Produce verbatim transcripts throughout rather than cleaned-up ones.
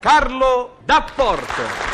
Carlo D'Apporto.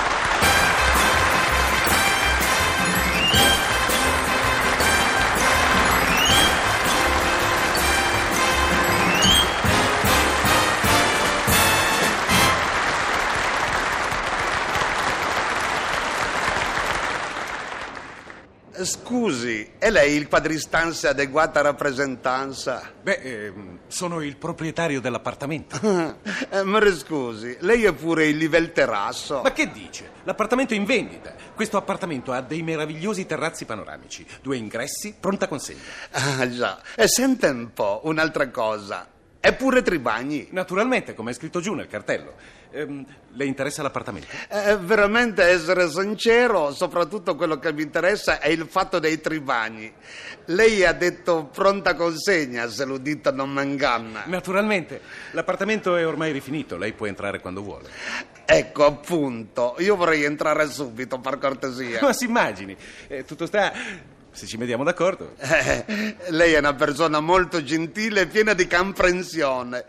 Scusi, è lei il quadristanza adeguata rappresentanza? Beh, ehm, sono il proprietario dell'appartamento. eh, ma scusi, lei è pure il livel terrasso? Ma che dice? L'appartamento è in vendita. Questo appartamento ha dei meravigliosi terrazzi panoramici, due ingressi, pronta consegna. Ah, già. E sente un po', un'altra cosa. È pure tre bagni? Naturalmente, come è scritto giù nel cartello. Ehm, le interessa l'appartamento? Eh, veramente, essere sincero, soprattutto quello che mi interessa è il fatto dei tre bagni. Lei ha detto pronta consegna, se l'udito non mi inganna. Naturalmente, l'appartamento è ormai rifinito, lei può entrare quando vuole. Ecco, appunto, io vorrei entrare subito, per cortesia. Ma si immagini, eh, tutto sta... se ci mettiamo d'accordo. Eh, lei è una persona molto gentile e piena di comprensione.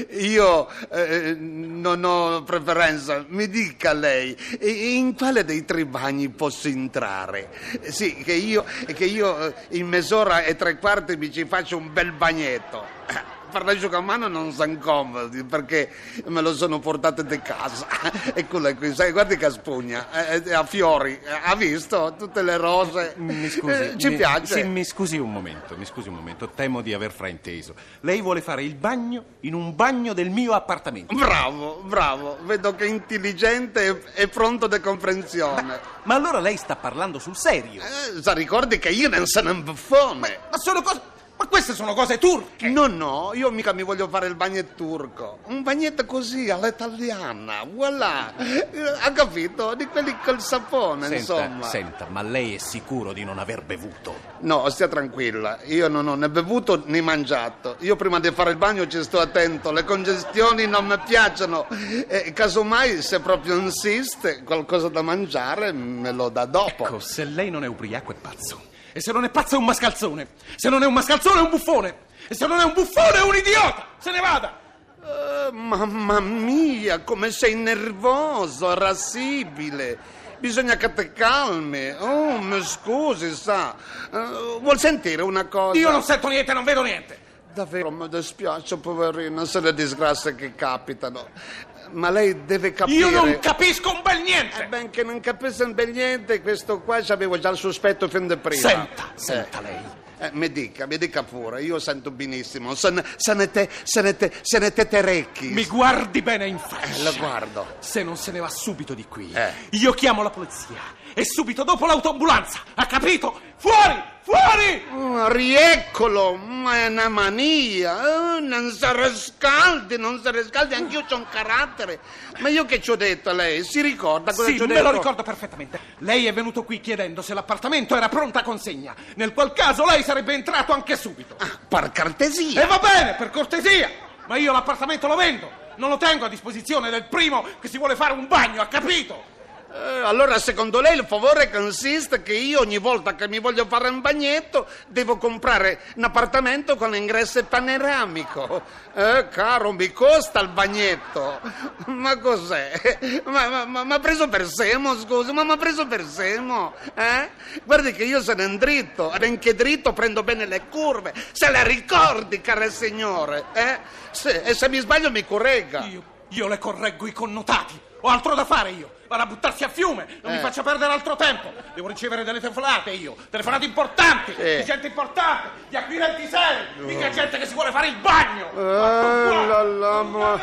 Io eh, non ho preferenza. Mi dica lei, in quale dei tre bagni posso entrare? Sì, che io, che io in mezz'ora e tre quarti mi ci faccio un bel bagnetto. Per l'asciugamano non sono comodi perché me lo sono portato di casa. Eccolo qui, sai, guardi che spugna, eh, a fiori, ha visto tutte le rose? Mi scusi, eh, ci mi, piace? Sì, mi scusi un momento, mi scusi un momento, temo di aver frainteso. Lei vuole fare il bagno in un bagno del mio appartamento. Bravo, bravo, vedo che è intelligente e, e pronto di comprensione. Ma, ma allora lei sta parlando sul serio? Eh, sa, ricordi che io non sono un buffone. Ma sono cose... Ma queste sono cose turche! No, no, io mica mi voglio fare il bagnetto turco. Un bagnetto così, all'italiana, voilà. Ha capito? Di quelli col sapone, Senta, insomma. Senta, ma lei è sicuro di non aver bevuto? No, stia tranquilla, io non ho né bevuto né mangiato. Io prima di fare il bagno ci sto attento, le congestioni non mi piacciono. E casomai, se proprio insiste, qualcosa da mangiare me lo dà dopo. Ecco, se lei non è ubriaco è pazzo. E se non è pazzo è un mascalzone. Se non è un mascalzone è un buffone. E se non è un buffone è un idiota. Se ne vada. Uh, mamma mia, come sei nervoso, irascibile. Bisogna che te calmi. Oh, mi scusi, sa. Uh, vuol sentire una cosa? Io non sento niente, non vedo niente. Davvero mi dispiace, poverina, se le disgrazie che capitano. Ma lei deve capire... Io non capisco un bel niente. Eh, ben che non capisce un bel niente, questo qua ci avevo già il sospetto fin da prima. Senta, senta eh. lei. Eh, mi dica, mi dica pure, io sento benissimo. Se ne, se ne te, se ne te, se ne te terecchi. Mi guardi bene in faccia. Eh, la guardo. Se non se ne va subito di qui, eh. io chiamo la polizia. E subito dopo l'autoambulanza. Ha capito? Fuori! Fuori! Oh, rieccolo, ma è una mania. Oh, non si riscaldi, non si riscaldi, anch'io c'ho un carattere. Ma io che ci ho detto a lei? Si ricorda cosa sì, ci ho me detto? lo ricordo perfettamente. Lei è venuto qui chiedendo se l'appartamento era pronta a consegna. Nel qual caso lei sarebbe entrato anche subito. Ah, per cortesia. E va bene, per cortesia. Ma io l'appartamento lo vendo. Non lo tengo a disposizione del primo che si vuole fare un bagno, ha capito? Eh, allora secondo lei il favore consiste che io ogni volta che mi voglio fare un bagnetto devo comprare un appartamento con ingresso panoramico. Eh caro, mi costa il bagnetto. Ma cos'è? Ma mi ha preso per semo, scusi, ma mi ha preso per semo, eh? Guardi che io sono in dritto, e anche dritto prendo bene le curve. Se le ricordi, cara signore, eh? Se, e se mi sbaglio mi corregga. Io, io le correggo i connotati. Ho altro da fare io. Vado a buttarsi a fiume. Non eh. mi faccia perdere altro tempo. Devo ricevere delle telefonate io. Telefonate importanti. Eh. Di gente importante. Di acquirenti seri. Oh. Mica gente che si vuole fare il bagno. Eh, la, la, ma,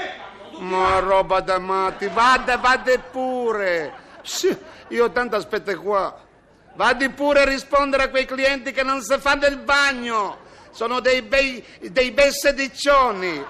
ma roba da matti. Vada, vada pure. Sì, io tanto aspetto qua. Vadi pure a rispondere a quei clienti che non si fanno il bagno. Sono dei bei, dei bei sediccioni.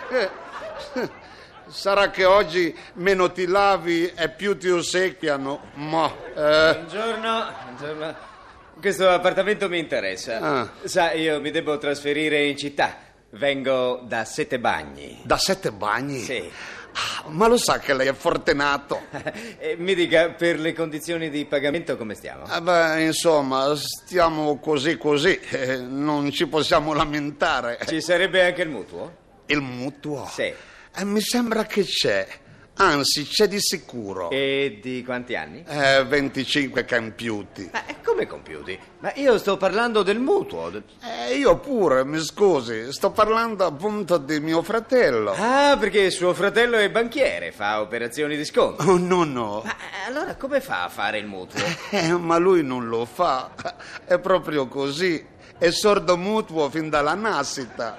Eh. Sarà che oggi meno ti lavi e più ti ossequiano, ma... Eh. Buongiorno, buongiorno. Questo appartamento mi interessa. Ah. Sa, io mi devo trasferire in città. Vengo da Sette Bagni. Da Sette Bagni? Sì. Ah, ma lo sa che lei è fortunato. eh, mi dica, per le condizioni di pagamento come stiamo? Eh beh, insomma, stiamo così così, eh, non ci possiamo lamentare. Ci sarebbe anche il mutuo? Il mutuo? Sì. Eh, mi sembra che c'è. Anzi, c'è di sicuro. E di quanti anni? Eh, venticinque compiuti. Ma come compiuti? Ma io sto parlando del mutuo. Eh, io pure, mi scusi, sto parlando appunto di mio fratello. Ah, perché suo fratello è banchiere, fa operazioni di sconto. Oh, no, no. Ma allora come fa a fare il mutuo? Eh, ma lui non lo fa. È proprio così. È sordo mutuo fin dalla nascita.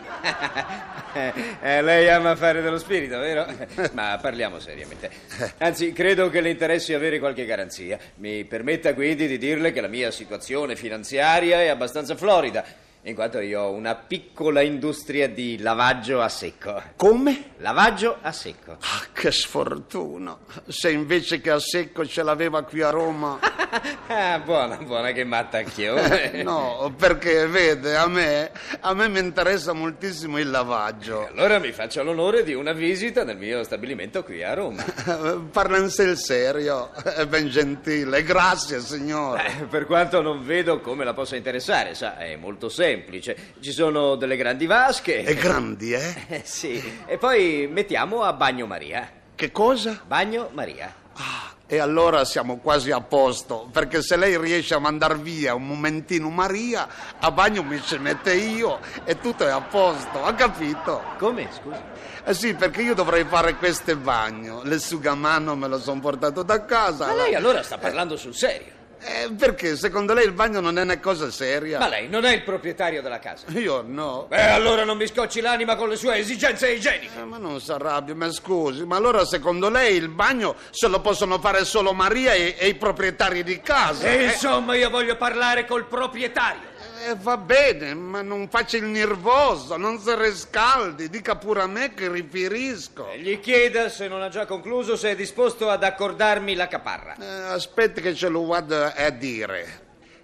eh, lei ama fare dello spirito, vero? Ma parliamo seriamente. Anzi, credo che le interessi avere qualche garanzia. Mi permetta quindi di dirle che la mia situazione finanziaria è abbastanza florida, in quanto io ho una piccola industria di lavaggio a secco. Come? Lavaggio a secco. Ah, che sfortuna. Se invece che a secco ce l'aveva qui a Roma. Ah, buona, buona che matta anch'io. Eh, no, perché vede, a me, a me mi interessa moltissimo il lavaggio. Allora mi faccio l'onore di una visita nel mio stabilimento qui a Roma. Parla in sul serio, è ben gentile, grazie signore. Eh, per quanto non vedo come la possa interessare, sa, è molto semplice. Ci sono delle grandi vasche. È grandi, eh? Eh, sì, e poi mettiamo a bagnomaria. Che cosa? Bagnomaria. Ah, e allora siamo quasi a posto, perché se lei riesce a mandar via un momentino Maria, a bagno mi ci mette io e tutto è a posto, ha capito? Come, scusi? Eh sì, perché io dovrei fare questo bagno, l'asciugamano me lo sono portato da casa. Ma lei allora sta parlando sul serio? Eh, perché secondo lei il bagno non è una cosa seria? Ma lei non è il proprietario della casa? Io no. Beh, allora non mi scocci l'anima con le sue esigenze igieniche. Eh, ma non si arrabbia, ma scusi, ma allora secondo lei il bagno se lo possono fare solo Maria e, e i proprietari di casa? E eh? insomma, io voglio parlare col proprietario. Eh, va bene, ma non faccia il nervoso, non si riscaldi, dica pure a me che riferisco. E gli chieda, se non ha già concluso, se è disposto ad accordarmi la caparra. Eh, aspetti che ce lo vado a dire.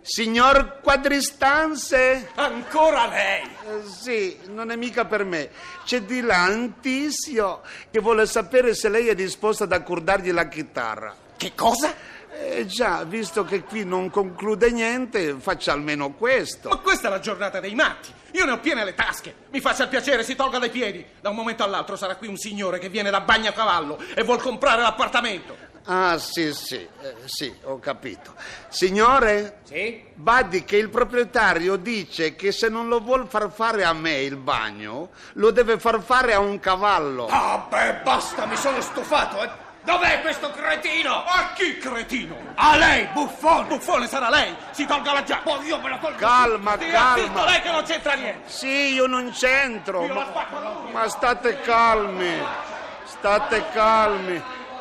Signor Quadristanze? Ancora lei? Eh, sì, non è mica per me. C'è di là un tizio che vuole sapere se lei è disposta ad accordargli la chitarra. Che cosa? Eh già, visto che qui non conclude niente, faccia almeno questo. Ma questa è la giornata dei matti. Io ne ho piene le tasche. Mi faccia il piacere, si tolga dai piedi. Da un momento all'altro sarà qui un signore che viene da Bagnacavallo e vuol comprare l'appartamento. Ah, sì, sì, eh, sì, ho capito. Signore? Sì? Badi che il proprietario dice che se non lo vuol far fare a me il bagno, lo deve far fare a un cavallo. Ah, beh, basta, mi sono stufato, eh. Dov'è questo cretino? A chi cretino? A lei, buffone! Buffone sarà lei. Si tolga la giacca. Poi io me la tolgo. Calma, Stia zitto, calma. lei che non c'entra niente. Sì, io non c'entro, Io la ma, spacco a lui. ma state calmi, state calmi.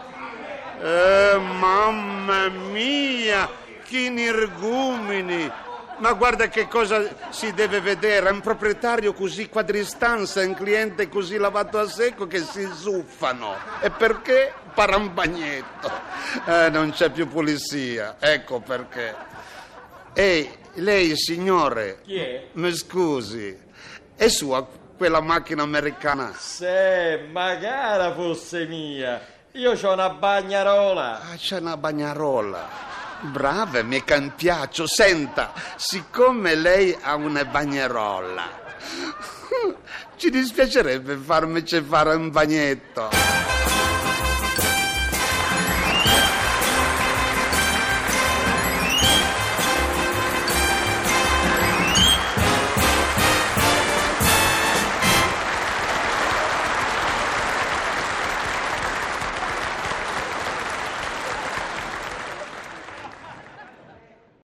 Eh, mamma mia, che energumeni. Ma guarda che cosa si deve vedere, un proprietario così quadristanza e un cliente così lavato a secco che si zuffano. E perché? Para un bagnetto. Eh, non c'è più pulizia, ecco perché. Ehi, lei signore. Chi è? Mi scusi, è sua quella macchina americana? Se magari fosse mia, io c'ho una bagnarola. Ah, c'è una bagnarola. Brava, mi campiaccio. Senta, siccome lei ha una bagnarola, ci dispiacerebbe farmici fare un bagnetto.